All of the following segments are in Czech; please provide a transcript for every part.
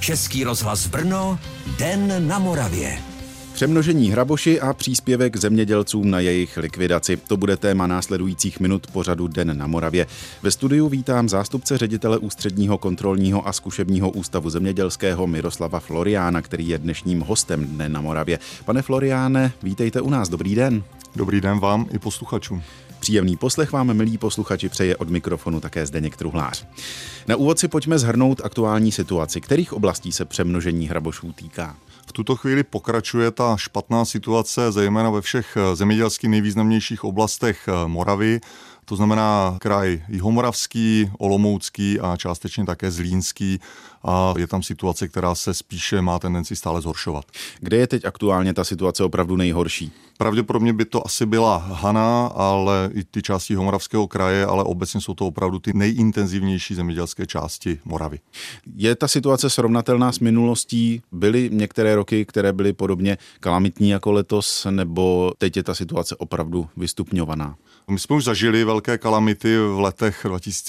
Český rozhlas Brno, Den na Moravě. Přemnožení hraboši a příspěvek zemědělcům na jejich likvidaci. To bude téma následujících minut pořadu Den na Moravě. Ve studiu vítám zástupce ředitele Ústředního kontrolního a zkušebního ústavu zemědělského Miroslava Floriána, který je dnešním hostem Dne na Moravě. Pane Floriáne, vítejte u nás. Dobrý den. Dobrý den vám i posluchačům. Příjemný poslech vám, milí posluchači, přeje od mikrofonu také Zdeněk Truhlář. Na úvod si pojďme shrnout aktuální situaci. Kterých oblastí se přemnožení hrabošů týká? V tuto chvíli pokračuje ta špatná situace, zejména ve všech zemědělsky nejvýznamnějších oblastech Moravy. To znamená kraj Jihomoravský, Olomoucký a částečně také Zlínský. A je tam situace, která se spíše má tendenci stále zhoršovat. Kde je teď aktuálně ta situace opravdu nejhorší? Pravděpodobně by to asi byla Hana, ale i ty části Jihomoravského kraje, ale obecně jsou to opravdu ty nejintenzivnější zemědělské části Moravy. Je ta situace srovnatelná s minulostí? Byly některé roky, které byly podobně kalamitní jako letos, nebo teď je ta situace opravdu vystupňovaná? My jsme už zažili velké kalamity v letech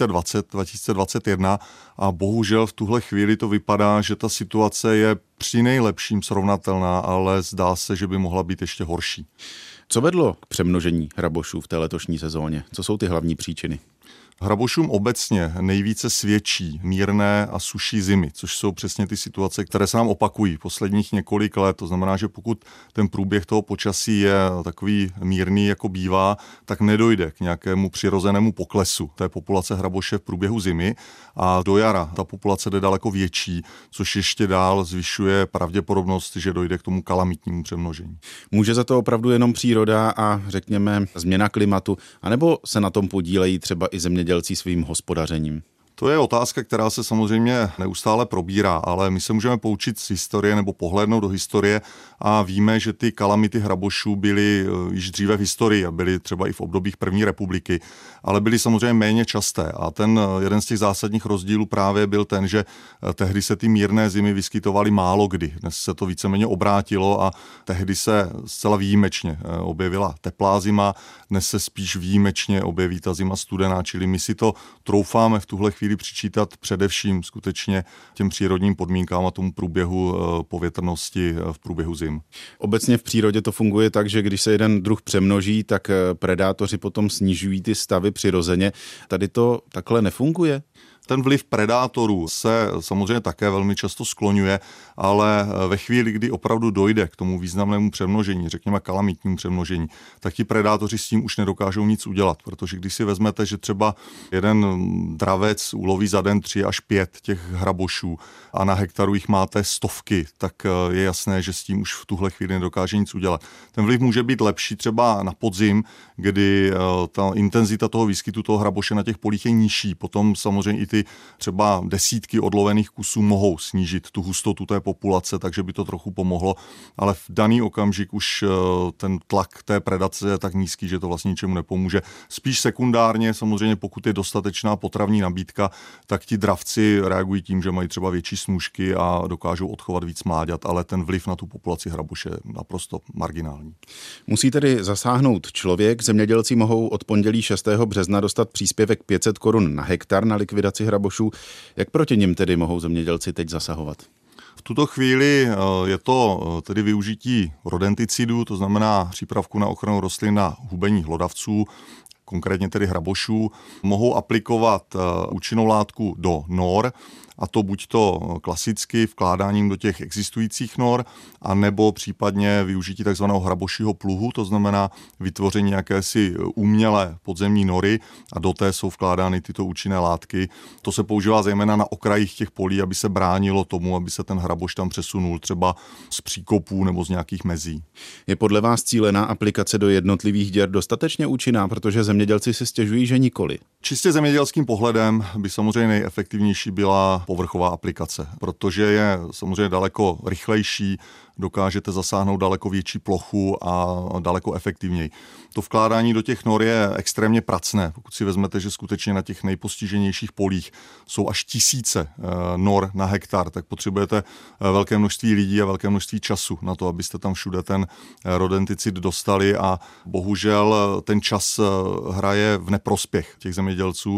2020-2021 a bohužel v tuhle chvíli to vypadá, že ta situace je při nejlepším srovnatelná, ale zdá se, že by mohla být ještě horší. Co vedlo k přemnožení hrabošů v té letošní sezóně? Co jsou ty hlavní příčiny? Hrabošům obecně nejvíce svědčí mírné a suší zimy, což jsou přesně ty situace, které se nám opakují posledních několik let. To znamená, že pokud ten průběh toho počasí je takový mírný, jako bývá, tak nedojde k nějakému přirozenému poklesu té populace hraboše v průběhu zimy a do jara ta populace jde daleko větší, což ještě dál zvyšuje pravděpodobnost, že dojde k tomu kalamitnímu přemnožení. Může za to opravdu jenom příroda a řekněme změna klimatu, anebo se na tom podílejí třeba i zemědělci svým hospodařením? To je otázka, která se samozřejmě neustále probírá, ale my se můžeme poučit z historie nebo pohlédnout do historie a víme, že ty kalamity hrabošů byly již dříve v historii a byly třeba i v obdobích první republiky, ale byly samozřejmě méně časté a ten jeden z těch zásadních rozdílů právě byl ten, že tehdy se ty mírné zimy vyskytovaly málo kdy. Dnes se to víceméně obrátilo a tehdy se zcela výjimečně objevila teplá zima, dnes se spíš výjimečně objeví ta zima studená, čili my si to troufáme v tuhle chvíli přičítat především skutečně těm přírodním podmínkám a tomu průběhu povětrnosti v průběhu zim. Obecně v přírodě to funguje tak, že když se jeden druh přemnoží, tak predátoři potom snižují ty stavy přirozeně. Tady to takhle nefunguje? Ten vliv predátorů se samozřejmě také velmi často skloňuje, ale ve chvíli, kdy opravdu dojde k tomu významnému přemnožení, řekněme kalamitnímu přemnožení, tak ti predátoři s tím už nedokážou nic udělat, protože když si vezmete, že třeba jeden dravec uloví za den 3 až 5 těch hrabošů a na hektaru jich máte stovky, tak je jasné, že s tím už v tuhle chvíli nedokáže nic udělat. Ten vliv může být lepší třeba na podzim, kdy ta intenzita toho výskytu toho hraboše na těch polích je nižší, potom samozřejmě i ty třeba desítky odlovených kusů mohou snížit tu hustotu té populace, takže by to trochu pomohlo, ale v daný okamžik už ten tlak té predace je tak nízký, že to vlastně ničemu nepomůže. Spíš sekundárně, samozřejmě pokud je dostatečná potravní nabídka, tak ti dravci reagují tím, že mají třeba větší snůžky a dokážou odchovat víc mláďat, ale ten vliv na tu populaci hraboše je naprosto marginální. Musí tedy zasáhnout člověk. Zemědělci mohou od pondělí 6. března dostat příspěvek 500 korun na hektar na likvidaci hrabošů. Jak proti nim tedy mohou zemědělci teď zasahovat? V tuto chvíli je to tedy využití rodenticidů, to znamená přípravku na ochranu rostlin na hubení hlodavců, konkrétně tedy hrabošů. Mohou aplikovat účinnou látku do nor, a to buď to klasicky vkládáním do těch existujících nor, a nebo případně využití takzvaného hrabošího pluhu, to znamená vytvoření jakési umělé podzemní nory a do té jsou vkládány tyto účinné látky. To se používá zejména na okrajích těch polí, aby se bránilo tomu, aby se ten hraboš tam přesunul třeba z příkopů nebo z nějakých mezí. Je podle vás cílená aplikace do jednotlivých děr dostatečně účinná, protože zemědělci si stěžují, že nikoli? Čistě zemědělským pohledem by samozřejmě nejefektivnější byla povrchová aplikace, protože je samozřejmě daleko rychlejší, dokážete zasáhnout daleko větší plochu a daleko efektivněji. To vkládání do těch nor je extrémně pracné. Pokud si vezmete, že skutečně na těch nejpostiženějších polích jsou až tisíce nor na hektar, tak potřebujete velké množství lidí a velké množství času na to, abyste tam všude ten rodenticid dostali, a bohužel ten čas hraje v neprospěch těch zemědělců.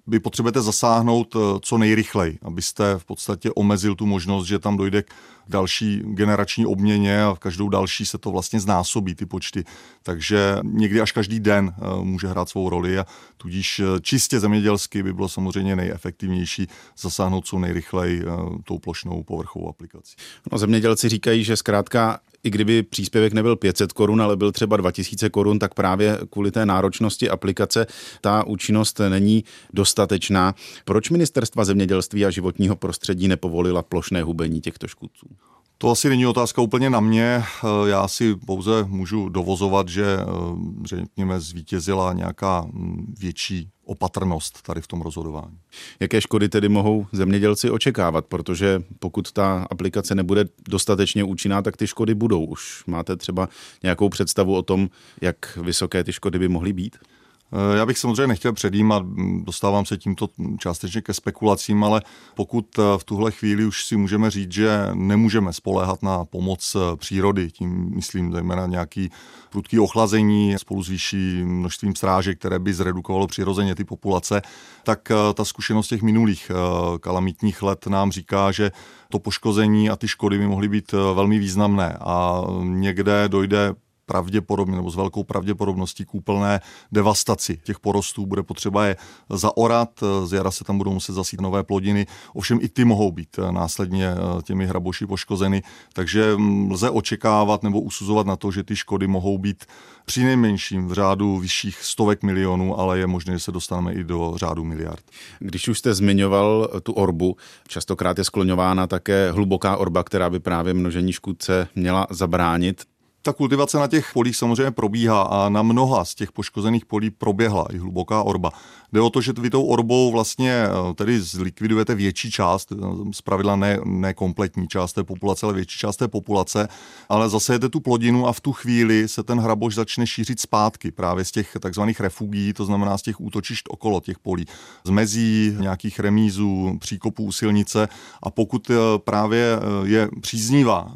vy potřebujete zasáhnout co nejrychleji, abyste v podstatě omezil tu možnost, že tam dojde k další generační obměně a v každou další se to vlastně znásobí ty počty. Takže někdy až každý den může hrát svou roli a tudíž čistě zemědělsky by bylo samozřejmě nejefektivnější zasáhnout co nejrychleji tou plošnou povrchovou aplikací. No, zemědělci říkají, že zkrátka i kdyby příspěvek nebyl 500 korun, ale byl třeba 2000 korun, tak právě kvůli té náročnosti aplikace ta účinnost není dostatečná. Proč ministerstva zemědělství a životního prostředí nepovolila plošné hubení těchto škůdců? To asi není otázka úplně na mě. Já si pouze můžu dovozovat, že řekněme zvítězila nějaká větší opatrnost tady v tom rozhodování. Jaké škody tedy mohou zemědělci očekávat? Protože pokud ta aplikace nebude dostatečně účinná, tak ty škody budou. Už máte třeba nějakou představu o tom, jak vysoké ty škody by mohly být? Já bych samozřejmě nechtěl předjímat, dostávám se tímto částečně ke spekulacím, ale pokud v tuhle chvíli už si můžeme říct, že nemůžeme spoléhat na pomoc přírody, tím myslím zejména nějaký prudký ochlazení spolu s vyšší množstvím srážek, které by zredukovalo přirozeně ty populace, tak ta zkušenost těch minulých kalamitních let nám říká, že to poškození a ty škody by mohly být velmi významné a někde dojde pravděpodobně nebo s velkou pravděpodobností k úplné devastaci těch porostů. Bude potřeba je zaorat, z jara se tam budou muset zasít nové plodiny, ovšem i ty mohou být následně těmi hraboši poškozeny, takže lze očekávat nebo usuzovat na to, že ty škody mohou být přinejmenším v řádu vyšších stovek milionů, ale je možné, že se dostaneme i do řádu miliard. Když už jste zmiňoval tu orbu, častokrát je skloňována také hluboká orba, která by právě množení škůdce měla zabránit. Ta kultivace na těch polích samozřejmě probíhá a na mnoha z těch poškozených polí proběhla i hluboká orba. Jde o to, že vy tou orbou vlastně tedy zlikvidujete větší část, zpravidla ne kompletní část té populace, ale větší část té populace, ale zasejete tu plodinu a v tu chvíli se ten hraboš začne šířit zpátky právě z těch takzvaných refugií, to znamená z těch útočišť okolo těch polí, z mezí, nějakých remízů, příkopů u silnice a pokud právě je příznivá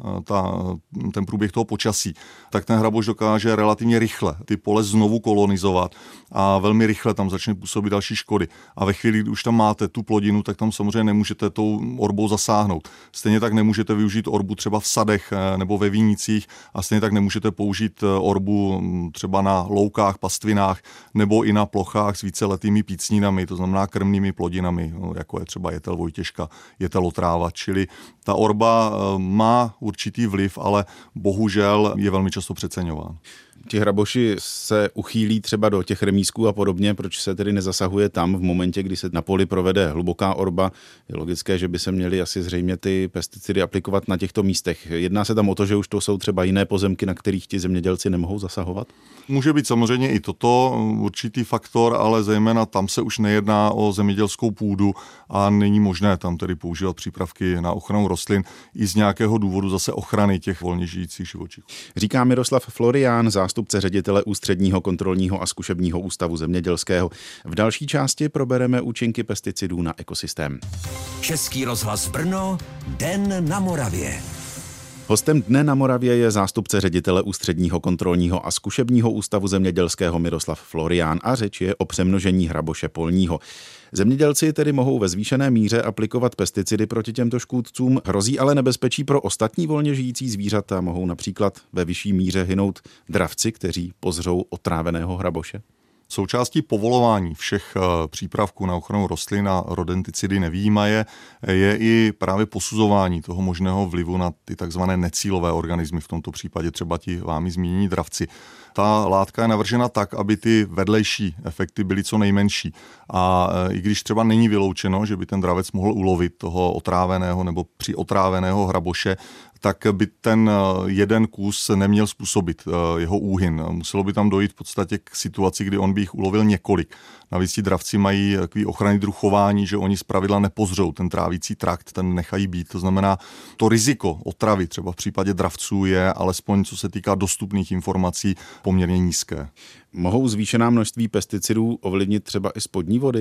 ten průběh toho počasí, tak ten hraboš dokáže relativně rychle ty pole znovu kolonizovat a velmi rychle tam začne působit další škody. A ve chvíli, kdy už tam máte tu plodinu, tak tam samozřejmě nemůžete tou orbou zasáhnout. Stejně tak nemůžete využít orbu třeba v sadech nebo ve vinících a stejně tak nemůžete použít orbu třeba na loukách, pastvinách nebo i na plochách s víceletými pícninami, to znamená krmnými plodinami, jako je třeba jetel vojtěžka, jetel otráva. Čili ta orba má určitý vliv, ale bohužel je velmi často přeceňován. Ti hraboši se uchýlí třeba do těch remízků a podobně, proč se tedy nezasahuje tam v momentě, kdy se na poli provede hluboká orba. Je logické, že by se měly asi zřejmě ty pesticidy aplikovat na těchto místech. Jedná se tam o to, že už to jsou třeba jiné pozemky, na kterých ti zemědělci nemohou zasahovat? Může být samozřejmě i toto určitý faktor, ale zejména tam se už nejedná o zemědělskou půdu a není možné tam tedy používat přípravky na ochranu rostlin i z nějakého důvodu zase ochrany těch volně žijících živočichů. Říká Miroslav Florián, zástupce ředitele Ústředního kontrolního a zkušebního ústavu zemědělského. V další části probereme účinky pesticidů na ekosystém. Český rozhlas Brno, Den na Moravě. Hostem Dne na Moravě je zástupce ředitele Ústředního kontrolního a zkušebního ústavu zemědělského Miroslav Florián a řeč je o přemnožení hraboše polního. Zemědělci tedy mohou ve zvýšené míře aplikovat pesticidy proti těmto škůdcům, hrozí ale nebezpečí pro ostatní volně žijící zvířata, mohou například ve vyšší míře hynout dravci, kteří pozřou otráveného hraboše. Součástí povolování všech přípravků na ochranu rostlin a rodenticidy nevyjímaje je i právě posuzování toho možného vlivu na ty takzvané necílové organismy, v tomto případě třeba ti vámi zmínění dravci. Ta látka je navržena tak, aby ty vedlejší efekty byly co nejmenší. A i když třeba není vyloučeno, že by ten dravec mohl ulovit toho otráveného nebo přiotráveného hraboše, tak by ten jeden kus neměl způsobit jeho úhyn. Muselo by tam dojít v podstatě k situaci, kdy on by jich ulovil několik. Navíc ti dravci mají takový ochranný druh chování, že oni zpravidla nepozřou ten trávící trakt, ten nechají být. To znamená, to riziko otravy třeba v případě dravců je, alespoň co se týká dostupných informací, poměrně nízké. Mohou zvýšená množství pesticidů ovlivnit třeba i spodní vody?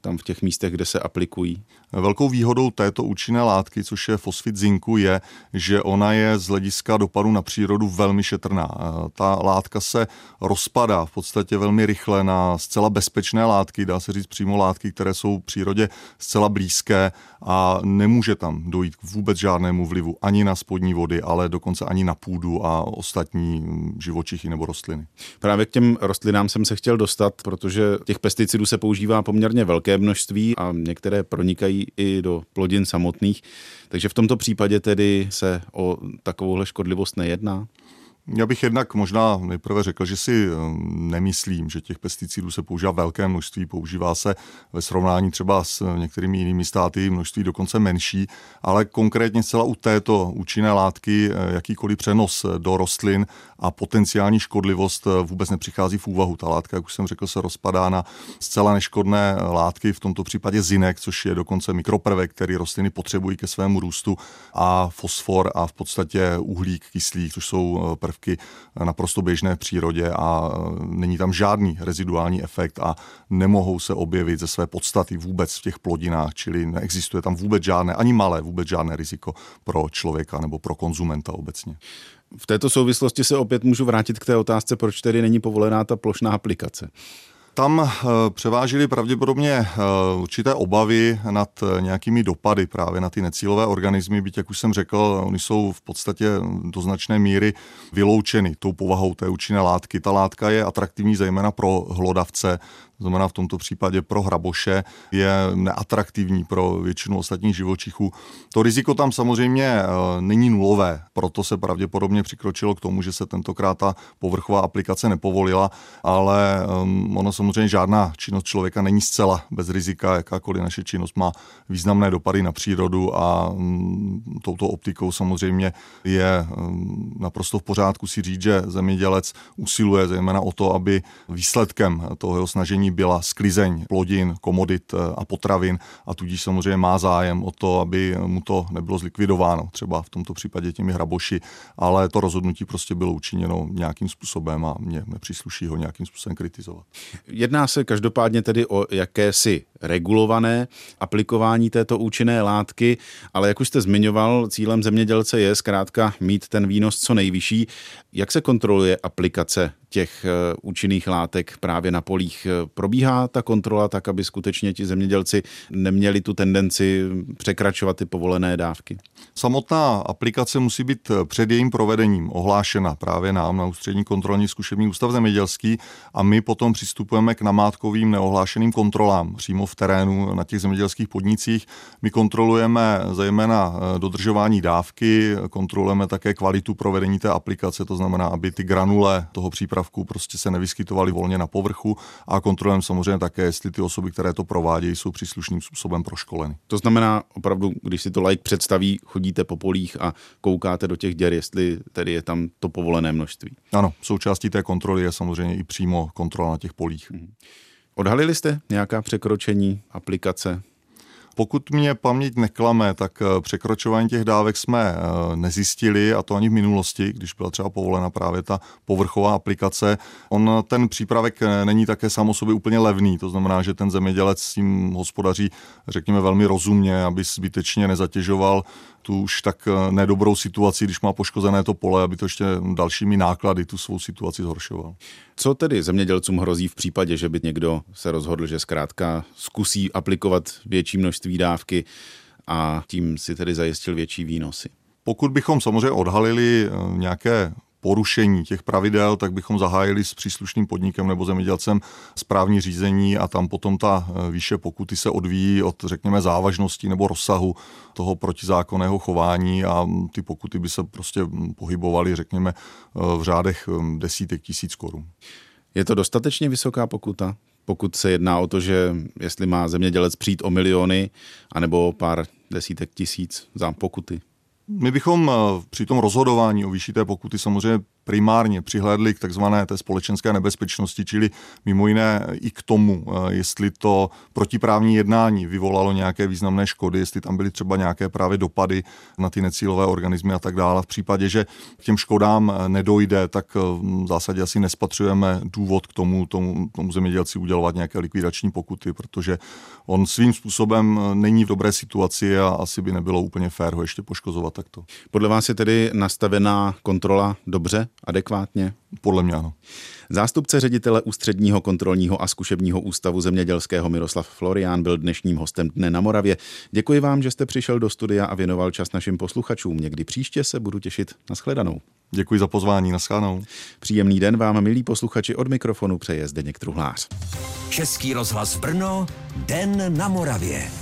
tam v těch místech, kde se aplikují? Velkou výhodou této účinné látky, což je fosfid zinku, je, že ona je z hlediska dopadu na přírodu velmi šetrná. Ta látka se rozpadá v podstatě velmi rychle na zcela bezpečné látky, dá se říct přímo látky, které jsou v přírodě zcela blízké a nemůže tam dojít k vůbec žádnému vlivu ani na spodní vody, ale dokonce ani na půdu a ostatní živočichy nebo rostliny. Právě k těm rostlinám jsem se chtěl dostat, protože těch pesticidů se používá poměrně velké množství a některé pronikají i do plodin samotných. Takže v tomto případě tedy se o takovouhle škodlivost nejedná? Já bych jednak možná nejprve řekl, že si nemyslím, že těch pesticidů se používá velké množství, používá se ve srovnání třeba s některými jinými státy množství dokonce menší, ale konkrétně zcela u této účinné látky jakýkoliv přenos do rostlin a potenciální škodlivost vůbec nepřichází v úvahu. Ta látka, jak už jsem řekl, se rozpadá na zcela neškodné látky, v tomto případě zinek, což je dokonce mikroprvek, který rostliny potřebují ke svému růstu, a fosfor a v podstatě uhlík kyslík, což jsou prvky naprosto běžné v přírodě a není tam žádný reziduální efekt a nemohou se objevit ze své podstaty vůbec v těch plodinách, čili neexistuje tam vůbec žádné, ani malé, vůbec žádné riziko pro člověka nebo pro konzumenta obecně. V této souvislosti se opět můžu vrátit k té otázce, proč tedy není povolená ta plošná aplikace. Tam převážily pravděpodobně určité obavy nad nějakými dopady právě na ty necílové organismy, byť jak už jsem řekl, oni jsou v podstatě do značné míry vyloučeny tou povahou té účinné látky. Ta látka je atraktivní zejména pro hlodavce, to znamená v tomto případě pro hraboše, je neatraktivní pro většinu ostatních živočichů. To riziko tam samozřejmě není nulové, proto se pravděpodobně přikročilo k tomu, že se tentokrát ta povrchová aplikace nepovolila, ale ono samozřejmě žádná činnost člověka není zcela bez rizika, jakákoliv naše činnost má významné dopady na přírodu a touto optikou samozřejmě je naprosto v pořádku si říct, že zemědělec usiluje zejména o to, aby výsledkem toho jeho snažení byla sklizeň plodin, komodit a potravin a tudíž samozřejmě má zájem o to, aby mu to nebylo zlikvidováno, třeba v tomto případě těmi hraboši, ale to rozhodnutí prostě bylo učiněno nějakým způsobem a mně nepřísluší ho nějakým způsobem kritizovat. Jedná se každopádně tedy o jakési regulované aplikování této účinné látky, ale jak už jste zmiňoval, cílem zemědělce je zkrátka mít ten výnos co nejvyšší. Jak se kontroluje aplikace těch účinných látek právě na polích? Probíhá ta kontrola tak, aby skutečně ti zemědělci neměli tu tendenci překračovat ty povolené dávky? Samotná aplikace musí být před jejím provedením ohlášena právě nám na Ústřední kontrolní zkušební ústav zemědělský a my potom přistupujeme k namátkovým neohlášeným kontrolám přímo v terénu na těch zemědělských podnicích. My kontrolujeme zejména dodržování dávky, kontrolujeme také kvalitu provedení té aplikace, to znamená, aby ty granule toho přípravku prostě se nevyskytovaly volně na povrchu a kontrolujeme samozřejmě také, jestli ty osoby, které to provádějí, jsou příslušným způsobem proškoleny. To znamená opravdu, když si to laik představí, chodíte po polích a koukáte do těch děr, jestli tedy je tam to povolené množství. Ano, součástí té kontroly je samozřejmě i přímo kontrola na těch polích. Odhalili jste nějaká překročení aplikace? Pokud mě paměť neklame, tak překročování těch dávek jsme nezjistili, a to ani v minulosti, když byla třeba povolena právě ta povrchová aplikace. Ten přípravek není také sám o sobě úplně levný, to znamená, že ten zemědělec s tím hospodaří, řekněme, velmi rozumně, aby zbytečně nezatěžoval tu už tak nedobrou situaci, když má poškozené to pole, aby to ještě dalšími náklady tu svou situaci zhoršoval. Co tedy zemědělcům hrozí v případě, že by někdo se rozhodl, že zkrátka zkusí aplikovat větší množství dávky a tím si tedy zajistil větší výnosy? Pokud bychom samozřejmě odhalili nějaké porušení těch pravidel, tak bychom zahájili s příslušným podnikem nebo zemědělcem správní řízení a tam potom ta výše pokuty se odvíjí od, řekněme, závažnosti nebo rozsahu toho protizákonného chování a ty pokuty by se prostě pohybovaly, řekněme, v řádech desítek tisíc korun. Je to dostatečně vysoká pokuta? Pokud se jedná o to, že jestli má zemědělec přijít o miliony anebo pár desítek tisíc za pokuty? My bychom při tom rozhodování o výši té pokuty samozřejmě primárně přihlédli k takzvané té společenské nebezpečnosti, čili mimo jiné i k tomu, jestli to protiprávní jednání vyvolalo nějaké významné škody, jestli tam byly třeba nějaké právě dopady na ty necílové organismy a tak dále. V případě, že k těm škodám nedojde, tak v zásadě asi nespatřujeme důvod k tomu zemědělci udělovat nějaké likvidační pokuty, protože on svým způsobem není v dobré situaci a asi by nebylo úplně fér ho ještě poškozovat takto. Podle vás je tedy nastavená kontrola dobře, adekvátně? Podle mě ano. Zástupce ředitele Ústředního kontrolního a zkušebního ústavu zemědělského Miroslav Florián byl dnešním hostem Dne na Moravě. Děkuji vám, že jste přišel do studia a věnoval čas našim posluchačům. Někdy příště se budu těšit. Nashledanou. Děkuji za pozvání. Nashledanou. Příjemný den vám, milí posluchači, od mikrofonu přeje Zdeněk Truhlář. Český rozhlas Brno, Den na Moravě.